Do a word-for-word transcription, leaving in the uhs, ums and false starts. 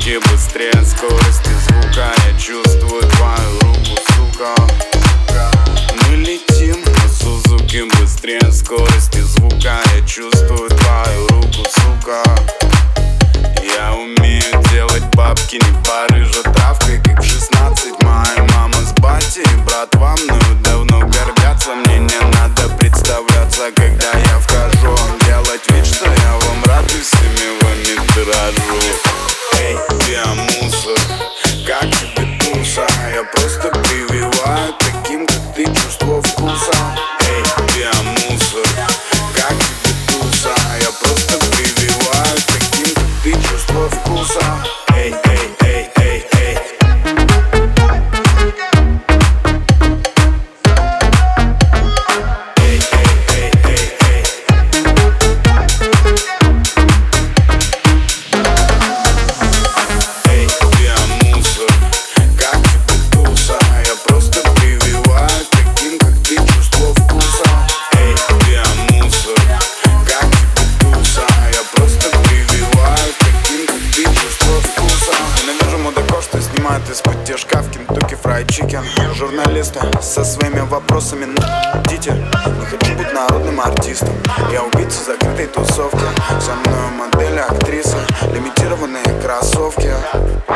Сузуки быстрее скорости звука. Я чувствую твою руку, сука. Мы летим на Сузуки быстрее скорости звука. Я чувствую твою руку, сука. Я умею делать бабки не по рыжей травкой, как в шестнадцать. Моя мама с батей и братва мною давно гордятся. Мне не надо представляться, когда я вхожу, делать вид, что я вам рад и всеми вами дорожу. Эй, ты а мусор, как тебе туса? Я просто прививаю таким, как ты, чувство вкуса. Эй, ты а мусор, как тебе туса? Я просто прививаю таким, как ты, чувство вкуса. Эй, эй, эй, эй, эй. Эй, эй, эй, эй, эй. Эй, ты а мусор, как тебе туса? Я просто прививаю таким, как ты, чувство вкуса. Эй, ты а мусор, как тебе туса? Я просто прививаю таким, как ты, чувство вкуса. Ненавижу мудаков, что снимают из-под тяжка в Кентукки Фрайд Чикен. Журналисты со своими вопросами идите. Не хочу быть народным артистом. Я убийца закрытой тусовки. Со мной модели, актрисы, лимитированные кроссовки.